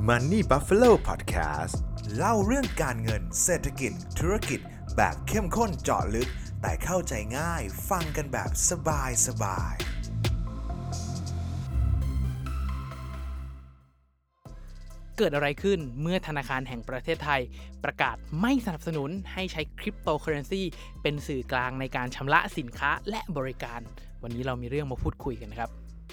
Money Buffalo Podcast เล่าเรื่องการเงินเศรษฐกิจธุรกิจแบบเข้มข้นเจาะลึกแต่เข้าใจง่ายฟังกันแบบสบายเกิดอะไรขึ้นเมื่อธนาคารแห่งประเทศไทยประกาศไม่สนับสนุนให้ใช้คริปโตเคอเรนซีเป็นสื่อกลางในการชำระสินค้าและบริการวันนี้เรามีเรื่องมาพูดคุยกันนะครับ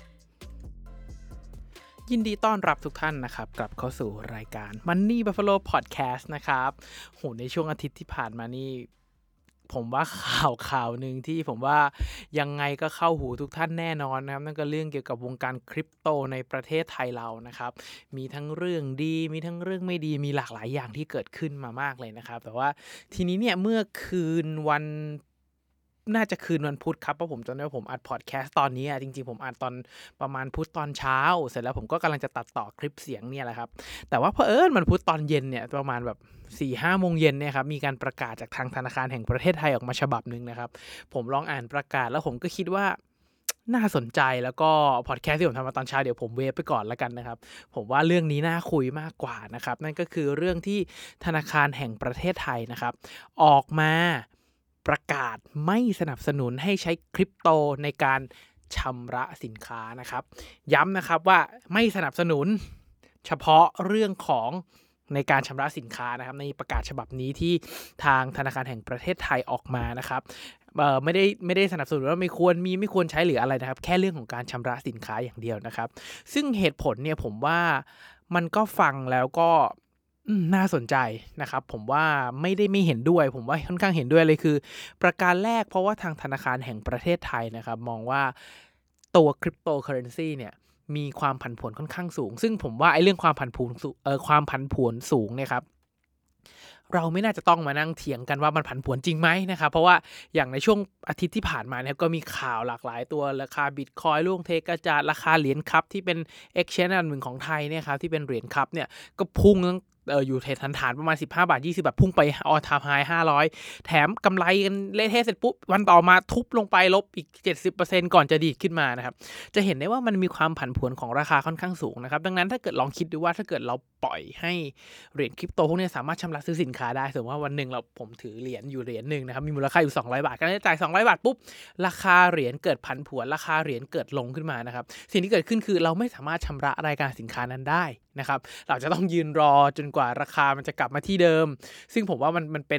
ยินดีต้อนรับทุกท่านนะครับกลับเข้าสู่รายการ Money Buffalo Podcast นะครับในช่วงอาทิตย์ที่ผ่านมานี่ผมว่าข่าวหนึ่งที่ผมว่ายังไงก็เข้าหูทุกท่านแน่นอนนะครับนั่นก็เรื่องเกี่ยวกับวงการคริปโตในประเทศไทยเรานะครับมีทั้งเรื่องดีมีทั้งเรื่องไม่ดีมีหลากหลายอย่างที่เกิดขึ้นมามากเลยนะครับแต่ว่าทีนี้เนี่ยเมื่อคืนวันน่าจะคืนวันพุธครับเพราะผมจำได้ว่าผมอัดพอดแคสต์ตอนนี้จริงๆผมอัดตอนประมาณพุธตอนเช้าเสร็จแล้วผมก็กำลังจะตัดต่อคลิปเสียงเนี่ยแหละครับแต่ว่าเผอิญมันพุธตอนเย็นเนี่ยประมาณแบบ 4-5 โมงเย็นเนี่ยครับมีการประกาศจากทางธนาคารแห่งประเทศไทยออกมาฉบับนึงนะครับผมลองอ่านประกาศแล้วผมก็คิดว่าน่าสนใจแล้วก็พอดแคสต์ที่ผมทำมาตอนเช้าเดี๋ยวผมเวฟไปก่อนแล้วกันนะครับผมว่าเรื่องนี้น่าคุยมากกว่านะครับนั่นก็คือเรื่องที่ธนาคารแห่งประเทศไทยนะครับออกมาประกาศไม่สนับสนุนให้ใช้คริปโตในการชำระสินค้านะครับย้ำนะครับว่าไม่สนับสนุนเฉพาะเรื่องของในการชำระสินค้านะครับในประกาศฉบับนี้ที่ทางธนาคารแห่งประเทศไทยออกมานะครับไม่ได้สนับสนุนว่าไม่ควรใช้หรืออะไรนะครับแค่เรื่องของการชำระสินค้าอย่างเดียวนะครับซึ่งเหตุผลเนี่ยผมว่ามันก็ฟังแล้วก็น่าสนใจนะครับผมว่าไม่เห็นด้วยผมว่าค่อนข้างเห็นด้วยเลยคือประการแรกเพราะว่าทางธนาคารแห่งประเทศไทยนะครับมองว่าตัวคริปโตเคอเรนซีเนี่ยมีความผันผวนค่อนข้างสูงซึ่งผมว่าไอ้เรื่องความผันผวนสูงเนี่ยครับเราไม่น่าจะต้องมานั่งเถียงกันว่ามันผันผวนจริงไหมนะครับเพราะว่าอย่างในช่วงอาทิตย์ที่ผ่านมาเนี่ยก็มีข่าวหลากหลายตัวราคา Bitcoin ร่วงเทกระจาดราคาเหรียญคัพที่เป็น Exchange อันหนึ่งของไทยเนี่ยครับที่เป็นเหรียญคัพเนี่ยก็พุ่งอยู่ฐานประมาณ15 บาท 20 บาทพุ่งไป all time high 500แถมกำไรกันเละเทะเสร็จปุ๊บวันต่อมาทุบลงไปลบอีก 70% ก่อนจะดีดขึ้นมานะครับจะเห็นได้ว่ามันมีความผันผวนของราคาค่อนข้างสูงนะครับดังนั้นถ้าเกิดลองคิดดูว่าถ้าเกิดเราปล่อยให้เหรียญคริปโตพวกนี้สามารถชำระซื้อสินค้าได้สมมติว่าวันหนึ่งผมถือเหรียญอยู่เหรียญนึงนะครับมีมูลค่าอยู่200 บาทก็จะจ่าย200 บาทปุ๊บราคาเหรียญเกิดผันผวนราคาเหรียญเกิดลงขึ้นมานะครับสิ่งที่เกิดขึ้นคือเราไม่สามารถชำระรายการสินค้านั้นได้นะครับเราจะต้องยืนรอจนกว่าราคามันจะกลับมาที่เดิมซึ่งผมว่ามันเป็น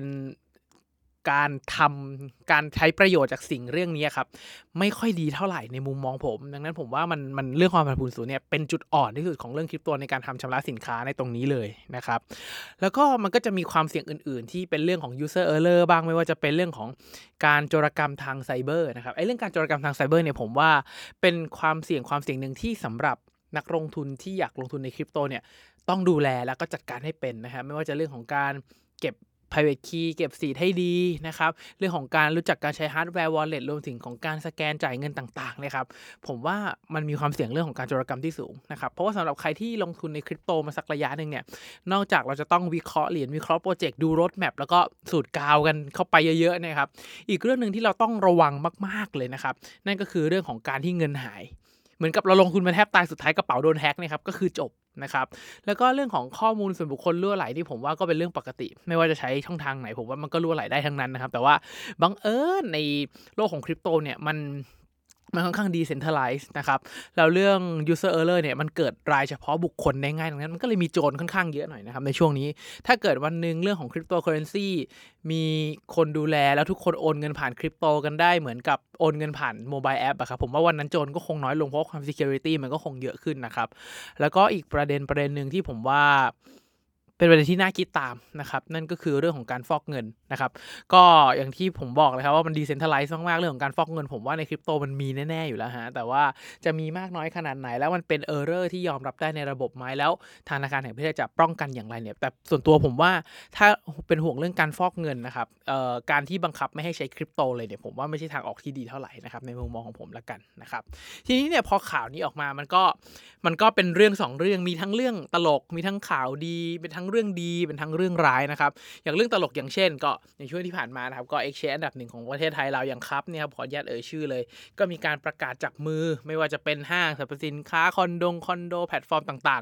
การใช้ประโยชน์จากสิ่งเรื่องนี้ครับไม่ค่อยดีเท่าไหร่ในมุมมองผมดังนั้นผมว่ามันเรื่องความผันผวนสูงเนี่ยเป็นจุดอ่อนที่สุดของเรื่องคริปโตในการทำชำระสินค้าในตรงนี้เลยนะครับแล้วก็มันก็จะมีความเสี่ยงอื่นๆที่เป็นเรื่องของ user error บ้างไม่ว่าจะเป็นเรื่องของการโจรกรรมทางไซเบอร์นะครับไอ้เรื่องการโจรกรรมทางไซเบอร์เนี่ยผมว่าเป็นความเสี่ยงหนึ่งที่สำหรับนักลงทุนที่อยากลงทุนในคริปโตเนี่ยต้องดูแลแล้วก็จัดการให้เป็นนะครับไม่ว่าจะเรื่องของการเก็บ private key เก็บseedให้ดีนะครับเรื่องของการรู้จักการใช้ hardware wallet รวมถึงของการสแกนจ่ายเงินต่างๆนะครับผมว่ามันมีความเสี่ยงเรื่องของการโจรกรรมที่สูงนะครับเพราะว่าสำหรับใครที่ลงทุนในคริปโตมาสักระยะนึงเนี่ยนอกจากเราจะต้องวิเคราะห์เหรียญวิเคราะห์โปรเจกต์ดู road map แล้วก็สูตรกาวกันเข้าไปเยอะๆนะครับอีกเรื่องนึงที่เราต้องระวังมากๆเลยนะครับนั่นก็คือเรื่องของการที่เงินหายเหมือนกับเราลงทุนมาแทบตายสุดท้ายกระเป๋าโดนแฮ็กนะครับก็คือจบนะครับแล้วก็เรื่องของข้อมูลส่วนบุคคลรั่วไหลที่ผมว่าก็เป็นเรื่องปกติไม่ว่าจะใช้ช่องทางไหนผมว่ามันก็รั่วไหลได้ทั้งนั้นนะครับแต่ว่าบังเอิญในโลกของคริปโตเนี่ยมันค่อนข้าง decentralized นะครับแล้วเรื่อง user error เนี่ยมันเกิดรายเฉพาะบุคคลได้ง่ายดังนั้นมันก็เลยมีโจรค่อนข้างเยอะหน่อยนะครับในช่วงนี้ถ้าเกิดวันนึงเรื่องของ cryptocurrency มีคนดูแลแล้วทุกคนโอนเงินผ่านคริปโตกันได้เหมือนกับโอนเงินผ่านโมบายแอปอะครับผมว่าวันนั้นโจรก็คงน้อยลงเพราะความ security มันก็คงเยอะขึ้นนะครับแล้วก็อีกประเด็นนึงที่ผมว่าเป็นประเด็นที่น่าคิดตามนะครับนั่นก็คือเรื่องของการฟอกเงินนะครับก็อย่างที่ผมบอกเลยครับว่ามัน decentralized มากๆเรื่องของการฟอกเงินผมว่าในคริปโตมันมีแน่ๆอยู่แล้วฮะแต่ว่าจะมีมากน้อยขนาดไหนแล้วมันเป็น error ที่ยอมรับได้ในระบบไหมแล้วธนาคารแห่งประเทศจะป้องกันอย่างไรเนี่ยแต่ส่วนตัวผมว่าถ้าเป็นห่วงเรื่องการฟอกเงินนะครับการที่บังคับไม่ให้ใช้คริปโตเลยเนี่ยผมว่าไม่ใช่ทางออกที่ดีเท่าไหร่นะครับในมุมมองของผมละกันนะครับทีนี้เนี่ยพอข่าวนี้ออกมามันก็เป็นเรื่อง2เรื่องมีทั้งเรื่องตลกมีทั้งข่าวดีเป็นทั้งเรื่องดีเป็นทั้งเรื่องร้ายนะครับอย่างเรื่องตลกอย่างเช่นก็ในช่วงที่ผ่านมานะครับก็ exchange อันดับ1ของประเทศไทยเราอย่างครับเนี่ยครับขออนุญาตชื่อเลยก็มีการประกาศจากมือไม่ว่าจะเป็นห้างสรรพสินค้าคอนโดแพลตฟอร์มต่างๆ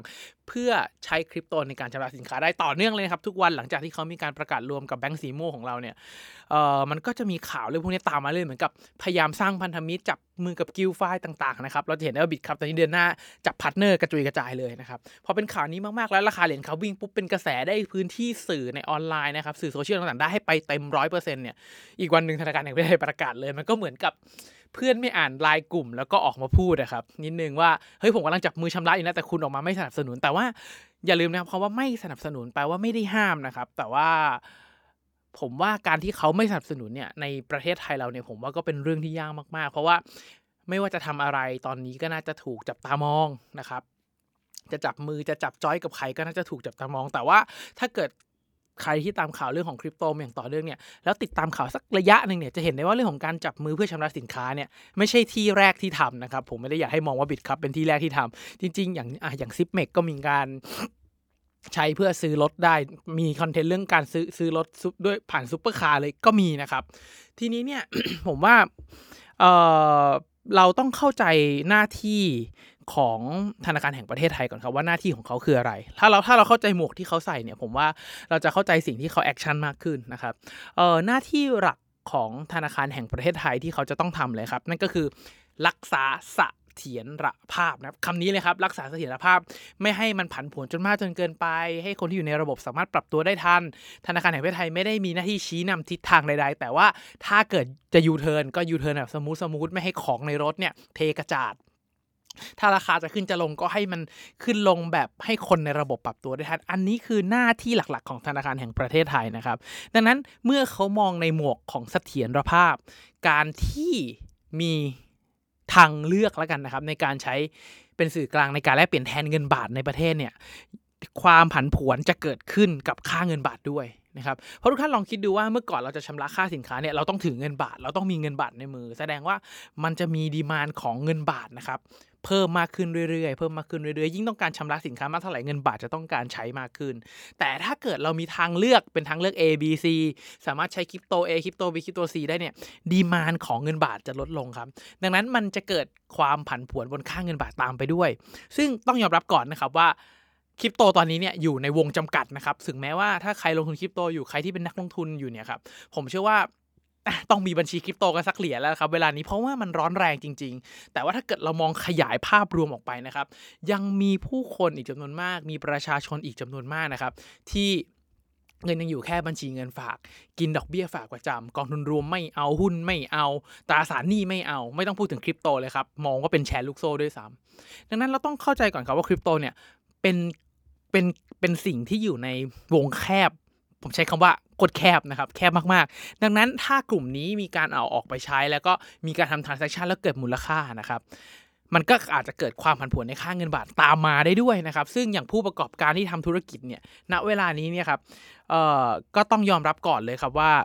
เพื่อใช้คริปโตในการชำระสินค้าได้ต่อเนื่องเลยครับทุกวันหลังจากที่เขามีการประกาศรวมกับแบงก์สีม่วงของเราเนี่ยมันก็จะมีข่าวเรื่องพวกนี้ตามมาเลยเหมือนกับพยายามสร้างพันธมิตรจับมือกับกิลด์ไฟล์ต่างๆนะครับเราจะเห็นว่าบิตครับตอนนี้เดือนหน้าจับพาร์ทเนอร์กระจุยกระจายเลยนะครับพอเป็นข่าวนี้มากๆแล้วราคาเหรียญเขาวิ่งปุ๊บเป็นกระแสได้พื้นที่สื่อในออนไลน์นะครับสื่อโซเชียลต่างๆได้ให้ไปเต็ม 100% เนี่ยอีกวันนึงธนาคารแห่งประเทศไทยประกาศเลยมันก็เหมือนกับเพื่อนไม่อ่านไลน์กลุ่มแล้วก็ออกมาพูดนะครับนิดนึงว่าเฮ้ยผมกำลังจับมือชำระอยู่นะแต่คุณออกมาไม่สนับสนุนแต่ว่าอย่าลืมนะครับคำว่าไม่สนับสนุนแปลว่าไม่ได้ห้ามนะครับแต่ว่าผมว่าการที่เขาไม่สนับสนุนเนี่ยในประเทศไทยเราเนี่ยผมว่าก็เป็นเรื่องที่ยากมากๆเพราะว่าไม่ว่าจะทำอะไรตอนนี้ก็น่าจะถูกจับตามองนะครับจะจับมือจะจับจ้อยกับใครก็น่าจะถูกจับตามองแต่ว่าถ้าเกิดใครที่ตามข่าวเรื่องของคริปโตมาอย่างต่อเนื่องเนี่ยแล้วติดตามข่าวสักระยะนึงเนี่ยจะเห็นได้ว่าเรื่องของการจับมือเพื่อชำระสินค้าเนี่ยไม่ใช่ที่แรกที่ทำนะครับผมไม่ได้อยากให้มองว่าบิตครับเป็นที่แรกที่ทำจริงๆอย่างซิปเมกก็มีการใช้เพื่อซื้อรถได้มีคอนเทนต์เรื่องการซื้อรถด้วยผ่านซุปเปอร์คาร์เลยก็มีนะครับทีนี้เนี่ย ผมว่าเอ่อเราต้องเข้าใจหน้าที่ของธนาคารแห่งประเทศไทยก่อนครับว่าหน้าที่ของเขาคืออะไรถ้าเราเข้าใจหมวกที่เขาใส่เนี่ยผมว่าเราจะเข้าใจสิ่งที่เขาแอคชั่นมากขึ้นนะครับหน้าที่หลักของธนาคารแห่งประเทศไทยที่เขาจะต้องทำเลยครับนั่นก็คือรักษาเสถียรภาพนะครับคำนี้เลยครับรักษาเสถียรภาพไม่ให้มันผันผวนจนมากจนเกินไปให้คนที่อยู่ในระบบสามารถปรับตัวได้ทันธนาคารแห่งประเทศไทยไม่ได้มีหน้าที่ชี้นำทิศทางใดๆแต่ว่าถ้าเกิดจะยูเทิร์นก็ยูเทิร์นแบบสมูทไม่ให้ของในรถเนี่ยเทกระจาดถ้าราคาจะขึ้นจะลงก็ให้มันขึ้นลงแบบให้คนในระบบปรับตัวได้ทันอันนี้คือหน้าที่หลักๆของธนาคารแห่งประเทศไทยนะครับดังนั้นเมื่อเขามองในหมวกของเสถียรภาพการที่มีทางเลือกแล้วกันนะครับในการใช้เป็นสื่อกลางในการแลกเปลี่ยนแทนเงินบาทในประเทศเนี่ยความผันผวนจะเกิดขึ้นกับค่าเงินบาทด้วยนะครับเพราะทุกท่านลองคิดดูว่าเมื่อก่อนเราจะชำระค่าสินค้าเนี่ยเราต้องถือเงินบาทเราต้องมีเงินบาทในมือแสดงว่ามันจะมีดีมานด์ของเงินบาทนะครับเพิ่มมากขึ้นเรื่อยๆยิ่งต้องการชำระสินค้ามากเท่าไหร่เงินบาทจะต้องการใช้มากขึ้นแต่ถ้าเกิดเรามีทางเลือกเป็นทางเลือก A B C สามารถใช้คริปโต A คริปโต B คริปโต C ได้เนี่ยดีมานด์ของเงินบาทจะลดลงครับดังนั้นมันจะเกิดความผันผวนบนค่าเงินบาทตามไปด้วยซึ่งต้องยอมรับก่อนนะครับว่าคริปโตตอนนี้เนี่ยอยู่ในวงจำกัดนะครับถึงแม้ว่าถ้าใครลงทุนคริปโตอยู่ใครที่เป็นนักลงทุนอยู่เนี่ยครับผมเชื่อว่าต้องมีบัญชีคริปโตกันสักเหรียญแล้วครับเวลานี้เพราะว่ามันร้อนแรงจริงๆแต่ว่าถ้าเกิดเรามองขยายภาพรวมออกไปนะครับยังมีผู้คนอีกจำนวนมากมีประชาชนอีกจำนวนมากนะครับที่เงินยังอยู่แค่บัญชีเงินฝากกินดอกเบี้ยฝากประจำกองทุนรวมไม่เอาหุ้นไม่เอาตราสารหนี้ไม่เอาไม่ต้องพูดถึงคริปโตเลยครับมองว่าเป็นแชร์ลูกโซ่ด้วยซ้ำดังนั้นเราต้องเข้าใจก่อนครับว่าคริปโตเนี่ยเป็นสิ่งที่อยู่ในวงแคบผมใช้คำว่าโคตรแคบนะครับแคบมากๆดังนั้นถ้ากลุ่มนี้มีการเอาออกไปใช้แล้วก็มีการทำ transaction แล้วเกิดมูลค่านะครับมันก็อาจจะเกิดความผันผวนในค่าเงินบาทตามมาได้ด้วยนะครับซึ่งอย่างผู้ประกอบการที่ทำธุรกิจเนี่ยณเวลานี้เนี่ยครับก็ต้องยอมรับก่อนเลยครับว่า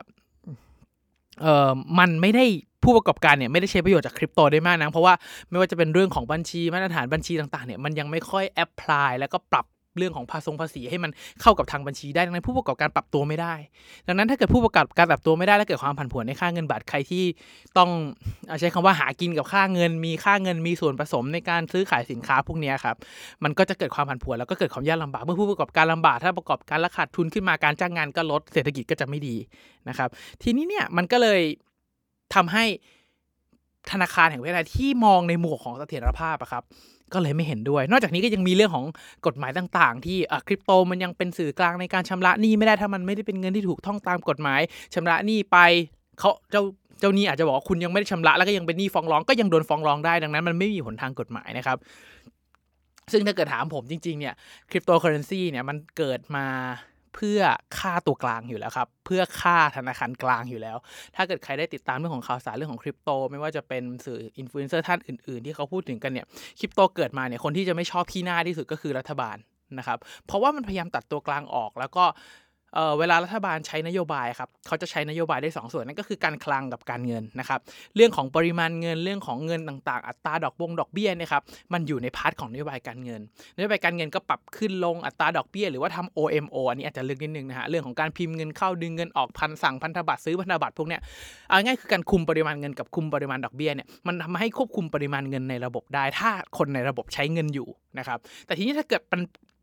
มันไม่ได้ผู้ประกอบการเนี่ยไม่ได้ใช้ประโยชน์จากคริปโตได้มากนะเพราะว่าไม่ว่าจะเป็นเรื่องของบัญชีมาตรฐานบัญชีต่างๆเนี่ยมันยังไม่ค่อยแอพพลายแล้วก็ปรับเรื่องของภาษีให้มันเข้ากับทางบัญชีได้ดังนั้นผู้ประกอบการปรับตัวไม่ได้ดังนั้นถ้าเกิดผู้ประกอบการปรับตัวไม่ได้และเกิดความผันผวนในค่าเงินบาทใครที่ต้องใช้คำว่าหากินกับค่าเงินมีส่วนผสมในการซื้อขายสินค้าพวกนี้ครับมันก็จะเกิดความผันผวนแล้วก็เกิดความยากลำบากเมื่อผู้ประกอบการลำบากถ้าประกอบการและขาดทุนขึ้นมาการจ้างงานก็ลดเศรษฐกิจก็จะไม่ดีนะครับทีนี้เนี่ยมันก็เลยทำให้ธนาคารแห่งประเทศไทยที่มองในหมวกของเสถียรภาพอะครับก็เลยไม่เห็นด้วยนอกจากนี้ก็ยังมีเรื่องของกฎหมายต่างๆที่คริปโตมันยังเป็นสื่อกลางในการชำระหนี้ไม่ได้ถ้ามันไม่ได้เป็นเงินที่ถูกต้องตามกฎหมายชำระหนี้ไปเขาเจ้าหนี้อาจจะบอกว่าคุณยังไม่ได้ชำระแล้วก็ยังเป็นหนี้ฟ้องร้องก็ยังโดนฟ้องร้องได้ดังนั้นมันไม่มีหนทางกฎหมายนะครับซึ่งถ้าเกิดถามผมจริงๆเนี่ยคริปโตเคอเรนซีเนี่ยมันเกิดมาเพื่อฆ่าตัวกลางอยู่แล้วครับเพื่อฆ่าธนาคารกลางอยู่แล้วถ้าเกิดใครได้ติดตามเรื่องของข่าวสารเรื่องของคริปโตไม่ว่าจะเป็นสื่ออินฟลูเอนเซอร์ท่านอื่นๆที่เขาพูดถึงกันเนี่ยคริปโตเกิดมาเนี่ยคนที่จะไม่ชอบขี้หน้าที่สุดก็คือรัฐบาลนะครับเพราะว่ามันพยายามตัดตัวกลางออกแล้วก็เวลารัฐบาลใช้นโยบายครับเขาจะใช้นโยบายได้2 ส่วนนั่นก็คือการคลังกับการเงินนะครับเรื่องของปริมาณเงินเรื่องของเงินต่างๆอัตราดอกเบี้ยเนี่ยครับมันอยู่ในพาร์ทของนโยบายการเงินนโยบายการเงินก็ปรับขึ้นลงอัตราดอกเบี้ยหรือว่าทำ OMO อันนี้อาจจะลึกนิดนึงนะฮะเรื่องของการพิมพ์เงินเข้าดึงเงินออกสั่งพันธบัตรซื้อพันธบัตรพวกเนี้ยเอาง่ายคือการคุมปริมาณเงินกับคุมปริมาณดอกเบี้ยเนี่ยมันทำให้ควบคุมปริมาณเงินในระบบได้ถ้าคนในระบบใช้เงินอยู่นะครับแต่ทีนี้ถ้าเกิด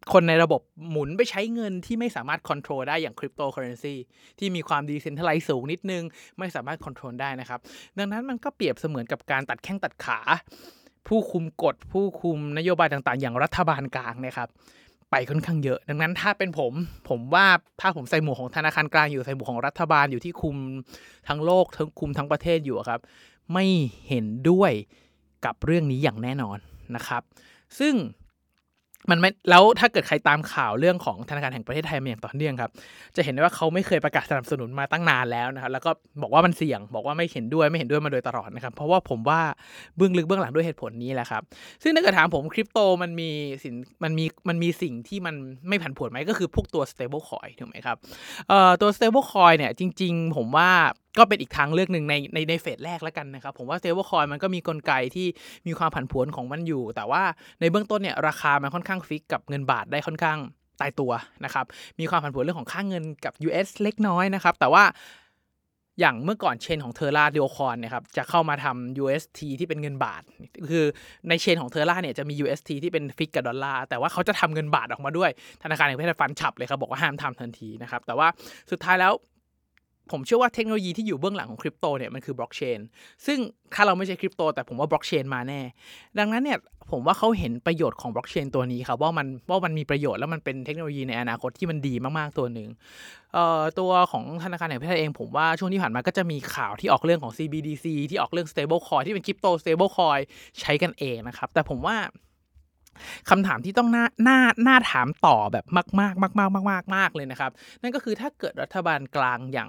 คนในระบบหมุนไปใช้เงินที่ไม่สามารถคอนโทรลได้อย่างคริปโตเคอเรนซีที่มีความดีเซนทรัลไลซ์สูงนิดนึงไม่สามารถคอนโทรลได้นะครับดังนั้นมันก็เปรียบเสมือนกับการตัดแข้งตัดขาผู้คุมกฎผู้คุมนโยบายต่างๆอย่างรัฐบาลกลางนะครับไปค่อนข้างเยอะดังนั้นถ้าเป็นผมว่าถ้าผมใส่หมวกของธนาคารกลางอยู่ใส่หมวกของรัฐบาลอยู่ที่คุมทั้งโลกทั้งคุมทั้งประเทศอยู่ครับไม่เห็นด้วยกับเรื่องนี้อย่างแน่นอนนะครับซึ่งมันไม่แล้วถ้าเกิดใครตามข่าวเรื่องของธนาคารแห่งประเทศไทยมาอย่างต่อเนื่องครับจะเห็นได้ว่าเขาไม่เคยประกาศสนับสนุนมาตั้งนานแล้วนะครับแล้วก็บอกว่ามันเสี่ยงบอกว่าไม่เห็นด้วยมาโดยตลอดนะครับเพราะว่าผมว่าเบื้องลึกเบื้องหลังด้วยเหตุผลนี้แหละครับซึ่งถ้าเกิดถามผมคริปโตมันมีสิ่งที่มันไม่ผันผวนไหมก็คือพวกตัว stable coin ถูกไหมครับตัว stable coin เนี่ยจริงๆผมว่าก็เป็นอีกทางเลือกหนึ่งในเฟสแรกแล้วกันนะครับผมว่า stable coin มันก็มีกลไกที่มีความผันผวนของมันอยู่แต่ว่าในเบื้องต้นเนี่ยราคามันค่อนข้างฟิกกับเงินบาทได้ค่อนข้างตายตัวนะครับมีความผันผวนเรื่องของค่าเงินกับ US เล็กน้อยนะครับแต่ว่าอย่างเมื่อก่อนเชนของ Terra Neocon เนี่ยครับจะเข้ามาทำ UST ที่เป็นเงินบาทคือในเชนของ Terra เนี่ยจะมี UST ที่เป็นฟิกกับดอลลาร์แต่ว่าเขาจะทำเงินบาทออกมาด้วยธนาคารแห่งประเทศไทยฟันฉับเลยครับบอกว่าห้ามทำทันทีนะครับแต่ว่าสุดท้ายแล้วผมเชื่อว่าเทคโนโลยีที่อยู่เบื้องหลังของคริปโตเนี่ยมันคือบล็อกเชนซึ่งถ้าเราไม่ใช่คริปโตแต่ผมว่าบล็อกเชนมาแน่ดังนั้นเนี่ยผมว่าเขาเห็นประโยชน์ของบล็อกเชนตัวนี้ครับว่ามันมีประโยชน์แล้วมันเป็นเทคโนโลยีในอนาคตที่มันดีมากๆตัวหนึ่งตัวของธนาคารแห่งประเทศไทยเองผมว่าช่วงที่ผ่านมาก็จะมีข่าวที่ออกเรื่องของ CBDC ที่ออกเรื่อง stable coin ที่เป็นคริปโต stable coin ใช้กันเองนะครับแต่ผมว่าคำถามที่ต้องน่าถามต่อแบบมากๆเลยนะครับนั่นก็คือถ้าเกิดรัฐบาลกลางอย่าง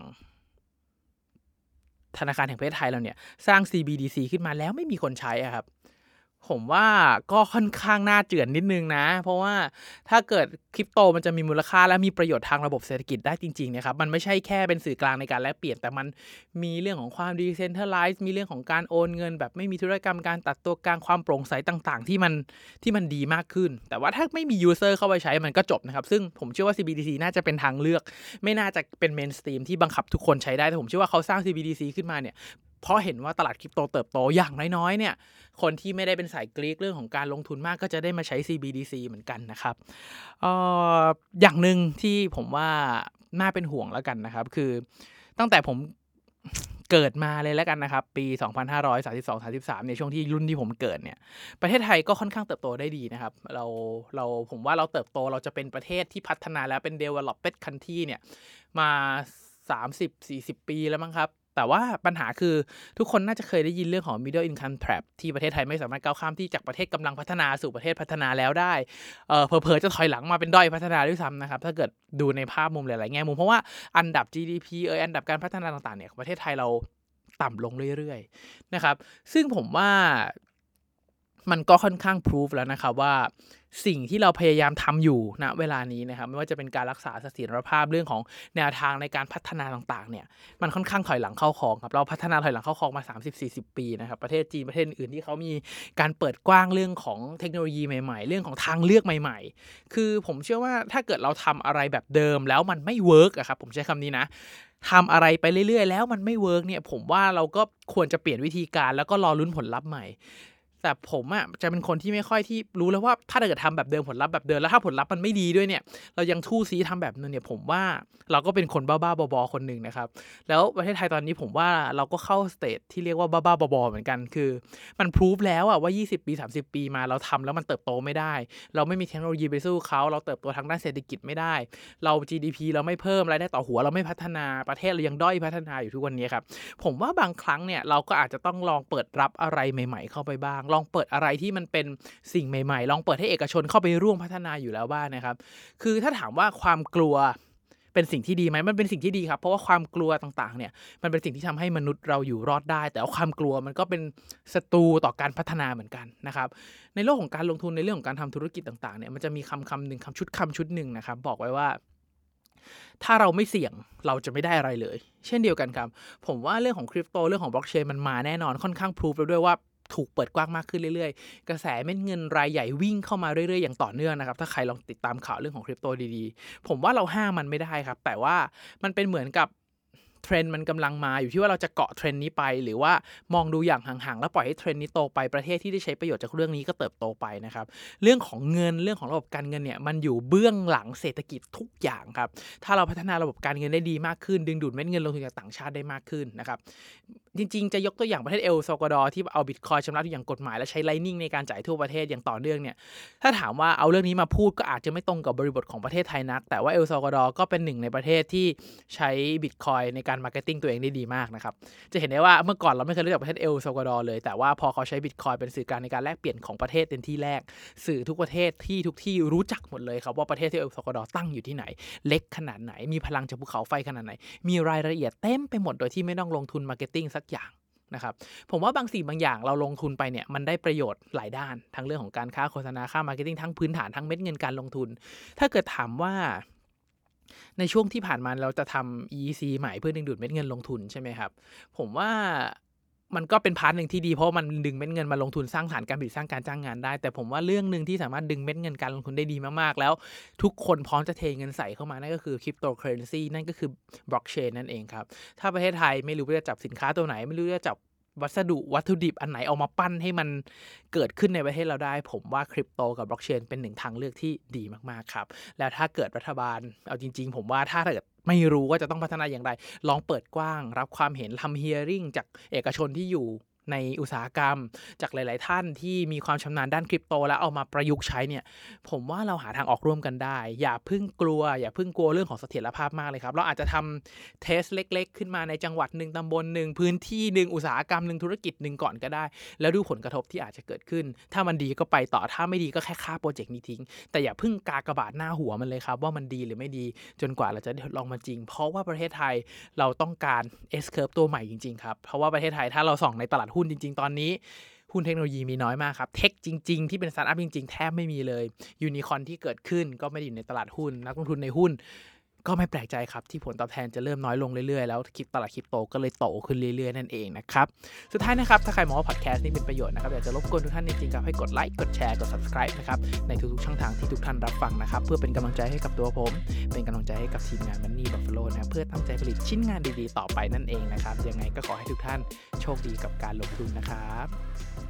ธนาคารแห่งประเทศไทยเราเนี่ยสร้าง CBDC ขึ้นมาแล้วไม่มีคนใช้อะครับผมว่าก็ค่อนข้างน่าเจือนนิดนึงนะเพราะว่าถ้าเกิดคริปโตมันจะมีมูลค่าและมีประโยชน์ทางระบบเศรษฐกิจได้จริงๆนะครับมันไม่ใช่แค่เป็นสื่อกลางในการแลกเปลี่ยนแต่มันมีเรื่องของความดีเซนทรัลไลซ์มีเรื่องของการโอนเงินแบบไม่มีธุรกรรมการตัดตัวกลางความโปร่งใสต่างๆที่มันดีมากขึ้นแต่ว่าถ้าไม่มียูเซอร์เข้าไปใช้มันก็จบนะครับซึ่งผมเชื่อว่า CBDC น่าจะเป็นทางเลือกไม่น่าจะเป็นเมนสตรีมที่บังคับทุกคนใช้ได้แต่ผมเชื่อว่าเขาสร้าง CBDC ขึ้นมาเนี่ยเพราะเห็นว่าตลาดคริปโตเติบโตอย่างน้อยๆเนี่ยคนที่ไม่ได้เป็นสายกรีกเรื่องของการลงทุนมากก็จะได้มาใช้ CBDC เหมือนกันนะครับอย่างหนึ่งที่ผมว่าน่าเป็นห่วงแล้วกันนะครับคือตั้งแต่ผมเกิดมาเลยแล้วกันนะครับปี2532-33เนี่ยช่วงที่รุ่นที่ผมเกิดเนี่ยประเทศไทยก็ค่อนข้างเติบโตได้ดีนะครับผมว่าเราเติบโตเราจะเป็นประเทศที่พัฒนาแล้วเป็น developed country เนี่ยมา30-40 ปีแล้วมั้งครับแต่ว่าปัญหาคือทุกคนน่าจะเคยได้ยินเรื่องของ middle income trap ที่ประเทศไทยไม่สามารถก้าวข้ามที่จากประเทศกำลังพัฒนาสู่ประเทศพัฒนาแล้วได้เผลอๆจะถอยหลังมาเป็นด้อยพัฒนาด้วยซ้ำนะครับถ้าเกิดดูในภาพมุมหลายๆแง่มุมเพราะว่าอันดับ GDP อันดับการพัฒนาต่างๆเนี่ยประเทศไทยเราต่ำลงเรื่อยๆนะครับซึ่งผมว่ามันก็ค่อนข้างพิสูจแล้วนะครับว่าสิ่งที่เราพยายามทำอยู่ณเวลานี้นะครับไม่ว่าจะเป็นการรักษาเสถียรภาพเรื่องของแนวทางในการพัฒนาต่างๆเนี่ยมันค่อนข้างถอยหลังเข้าคลองครับเราพัฒนาถอยหลังเข้าคลองมา 30-40 ปีนะครับประเทศจีนประเทศอื่นที่เขามีการเปิดกว้างเรื่องของเทคโนโลยีใหม่ๆเรื่องของทางเลือกใหม่ๆคือผมเชื่อว่าถ้าเกิดเราทำอะไรแบบเดิมแล้วมันไม่เวิร์กอะครับผมใช้คำนี้นะทำอะไรไปเรื่อยๆแล้วมันไม่เวิร์กเนี่ยผมว่าเราก็ควรจะเปลี่ยนวิธีการแล้วก็รอลุ้นผลลัพธ์ใหม่แต่ผมอะจะเป็นคนที่ไม่ค่อยที่รู้แล้วว่าถ้าเกิดทำแบบเดิมผลลัพธ์แบบเดิมแล้วถ้าผลลัพธ์มันไม่ดีด้วยเนี่ยเรายังทู่ซี้ทำแบบนั้นเนี่ยผมว่าเราก็เป็นคนบ้าๆบอๆคนหนึ่งนะครับแล้วประเทศไทยตอนนี้ผมว่าเราก็เข้าสเตจที่เรียกว่าบ้าๆบอๆเหมือนกันคือมันพิสูจแล้วอะว่า20ปี30ปีมาเราทำแล้วมันเติบโตไม่ได้เราไม่มีเทคโนโลยีไปสู้เขาเราเติบโตทางด้านเศรษฐกิจไม่ได้เรา GDP เราไม่เพิ่มรายได้ต่อหัวเราไม่พัฒนาประเทศเรายังด้อยพัฒนาอยู่ทุกวันนี้ครับผมว่าบางครั้งเนี่ยเราก็อาจจะต้องลองเปิดรับอะไรใหม่ๆเข้าไปบ้างลองเปิดอะไรที่มันเป็นสิ่งใหม่ๆลองเปิดให้เอกชนเข้าไปร่วมพัฒนาอยู่แล้วบ้างนะครับคือถ้าถามว่าความกลัวเป็นสิ่งที่ดีไหมมันเป็นสิ่งที่ดีครับเพราะว่าความกลัวต่างๆเนี่ยมันเป็นสิ่งที่ทำให้มนุษย์เราอยู่รอดได้แต่ว่าความกลัวมันก็เป็นศัตรูต่อการพัฒนาเหมือนกันนะครับในโลกของการลงทุนในเรื่องของการทำธุรกิจต่างๆเนี่ยมันจะมีคำหนึ่งคำชุดหนึ่งนะครับบอกไว้ว่าถ้าเราไม่เสี่ยงเราจะไม่ได้อะไรเลยเช่นเดียวกันครับผมว่าเรื่องของคริปโตเรื่องของบล็อกเชนมันมาแน่นอนค่อนข้างพิสูจแล้วด้วยว่าถูกเปิดกว้างมากขึ้นเรื่อยๆกระแสเม็ดเงินรายใหญ่วิ่งเข้ามาเรื่อยๆอย่างต่อเนื่องนะครับถ้าใครลองติดตามข่าวเรื่องของคริปโตดีๆผมว่าเราห้ามมันไม่ได้ครับแต่ว่ามันเป็นเหมือนกับเทรนด์มันกำลังมาอยู่ที่ว่าเราจะเกาะเทรนด์นี้ไปหรือว่ามองดูอย่างห่างๆแล้วปล่อยให้เทรนด์นี้โตไปประเทศที่ได้ใช้ประโยชน์จากเรื่องนี้ก็เติบโตไปนะครับเรื่องของเงินเรื่องของระบบการเงินเนี่ยมันอยู่เบื้องหลังเศรษฐกิจทุกอย่างครับถ้าเราพัฒนาระบบการเงินได้ดีมากขึ้นดึงดูดเม็ดเงินลงทุนจากต่างชาติได้มากขึ้นนะครับจริงๆจะยกตัวอย่างประเทศเอลซัลวาดอร์ที่เอาบิตคอยน์ชำระทุกอย่างกฎหมายและใช้ไลนิ่งในการจ่ายทั่วประเทศอย่างต่อเนื่องเนี่ยถ้าถามว่าเอาเรื่องนี้มาพูดก็อาจจะไม่ตรงกับบริบทของประเทศไทยนักแต่ว่าเอลซัลวาดอร์ก็เป็นหนึ่งในประเทศที่ใช้บิตคอยน์ในการมาร์เก็ตติ้งตัวเองได้ดีมากนะครับจะเห็นได้ว่าเมื่อก่อนเราไม่เคยรู้จักประเทศเอลซัลวาดอร์เลยแต่ว่าพอเขาใช้บิตคอยน์เป็นสื่อกลางในการแลกเปลี่ยนของประเทศเป็นที่แรกสื่อทุกประเทศที่ทุกที่รู้จักหมดเลยครับว่าประเทศที่เอลซัลวาดอร์ตั้งอยู่ที่ไหนเล็กขนาดไหนมีพลังจากภูเขาไฟขนาดไหนมีรายละเอียดเต็มไปหมดโดยที่ไม่ต้องลงทุนมาร์เก็ตติ้งสักอย่างนะครับผมว่าบางสิ่งบางอย่างเราลงทุนไปเนี่ยมันได้ประโยชน์หลายด้านทั้งเรื่องของการค้าโฆษณาค่ามาร์เก็ตติ้งทั้งพื้นฐานทั้งเม็ดเงินการลงทุนถ้าเกิดถามว่าในช่วงที่ผ่านมาเราจะทำ EEC ใหม่เพื่อดึงดูดเม็ดเงินลงทุนใช่ไหมครับผมว่ามันก็เป็นพาร์ทนึงที่ดีเพราะมันดึงเม็ดเงินมาลงทุนสร้างฐานการผลิตสร้างการจ้างงานได้แต่ผมว่าเรื่องนึงที่สามารถดึงเม็ดเงินการลงทุนได้ดีมากๆแล้วทุกคนพร้อมจะเทเงินใส่เข้ามานั่นก็คือคริปโตเคอเรนซีนั่นก็คือบล็อกเชนนั่นเองครับถ้าประเทศไทยไม่รู้ว่าจะจับสินค้าตัวไหนไม่รู้จะจับวัตถุดิบอันไหนเอามาปั้นให้มันเกิดขึ้นในประเทศเราได้ผมว่าคริปโตกับบล็อกเชนเป็นหนึ่งทางเลือกที่ดีมากๆครับแล้วถ้าเกิดรัฐบาลเอาจริงๆผมว่าถ้าเกิดไม่รู้ว่าจะต้องพัฒนาอย่างไรลองเปิดกว้างรับความเห็นทำ hearing จากเอกชนที่อยู่ในอุตสาหกรรมจากหลายๆท่านที่มีความชำนาญด้านคริปโตแล้วเอามาประยุกต์ใช้เนี่ยผมว่าเราหาทางออกร่วมกันได้อย่าเพิ่งกลัวเรื่องของเสถียรภาพมากเลยครับเราอาจจะทำเทสเล็กๆขึ้นมาในจังหวัดนึงตำบลนึงพื้นที่นึงอุตสาหกรรมนึงธุรกิจนึงก่อนก็ได้แล้วดูผลกระทบที่อาจจะเกิดขึ้นถ้ามันดีก็ไปต่อถ้าไม่ดีก็แค่ฆ่าโปรเจกต์นี้ทิ้งแต่อย่าเพิ่งกากบาทหน้าหัวมันเลยครับว่ามันดีหรือไม่ดีจนกว่าเราจะได้ทดลองมันจริงเพราะว่าประเทศไทยเราต้องการ S-curve ตัวใหม่จริงๆครับเพราะว่าประเทศไทยถ้าเราส่องในตลาดหุ้นจริงๆตอนนี้หุ้นเทคโนโลยีมีน้อยมากครับเทคจริงๆที่เป็นสตาร์ทอัพจริงๆแทบไม่มีเลยยูนิคอร์นที่เกิดขึ้นก็ไม่ได้อยู่ในตลาดหุ้นนักลงทุนในหุ้นก็ไม่แปลกใจครับที่ผลตอบแทนจะเริ่มน้อยลงเรื่อยๆแล้วตลาดคริปโตก็เลยโตขึ้นเรื่อยๆนั่นเองนะครับสุดท้ายนะครับถ้าใครมองว่าพอดแคสต์นี้เป็นประโยชน์นะครับอยากจะรบกวนทุกท่านจริงๆครับให้กดไลค์กดแชร์กด Subscribe นะครับในทุกๆช่องทางที่ทุกท่านรับฟังนะครับเพื่อเป็นกำลังใจให้กับตัวผมเป็นกำลังใจให้กับทีมงาน Money Buffalo นะเพื่อตั้งใจผลิตชิ้นงานดีๆต่อไปนั่นเองนะครับยังไงก็ขอให้ทุกท่านโชคดีกับการลงทุนนะครับ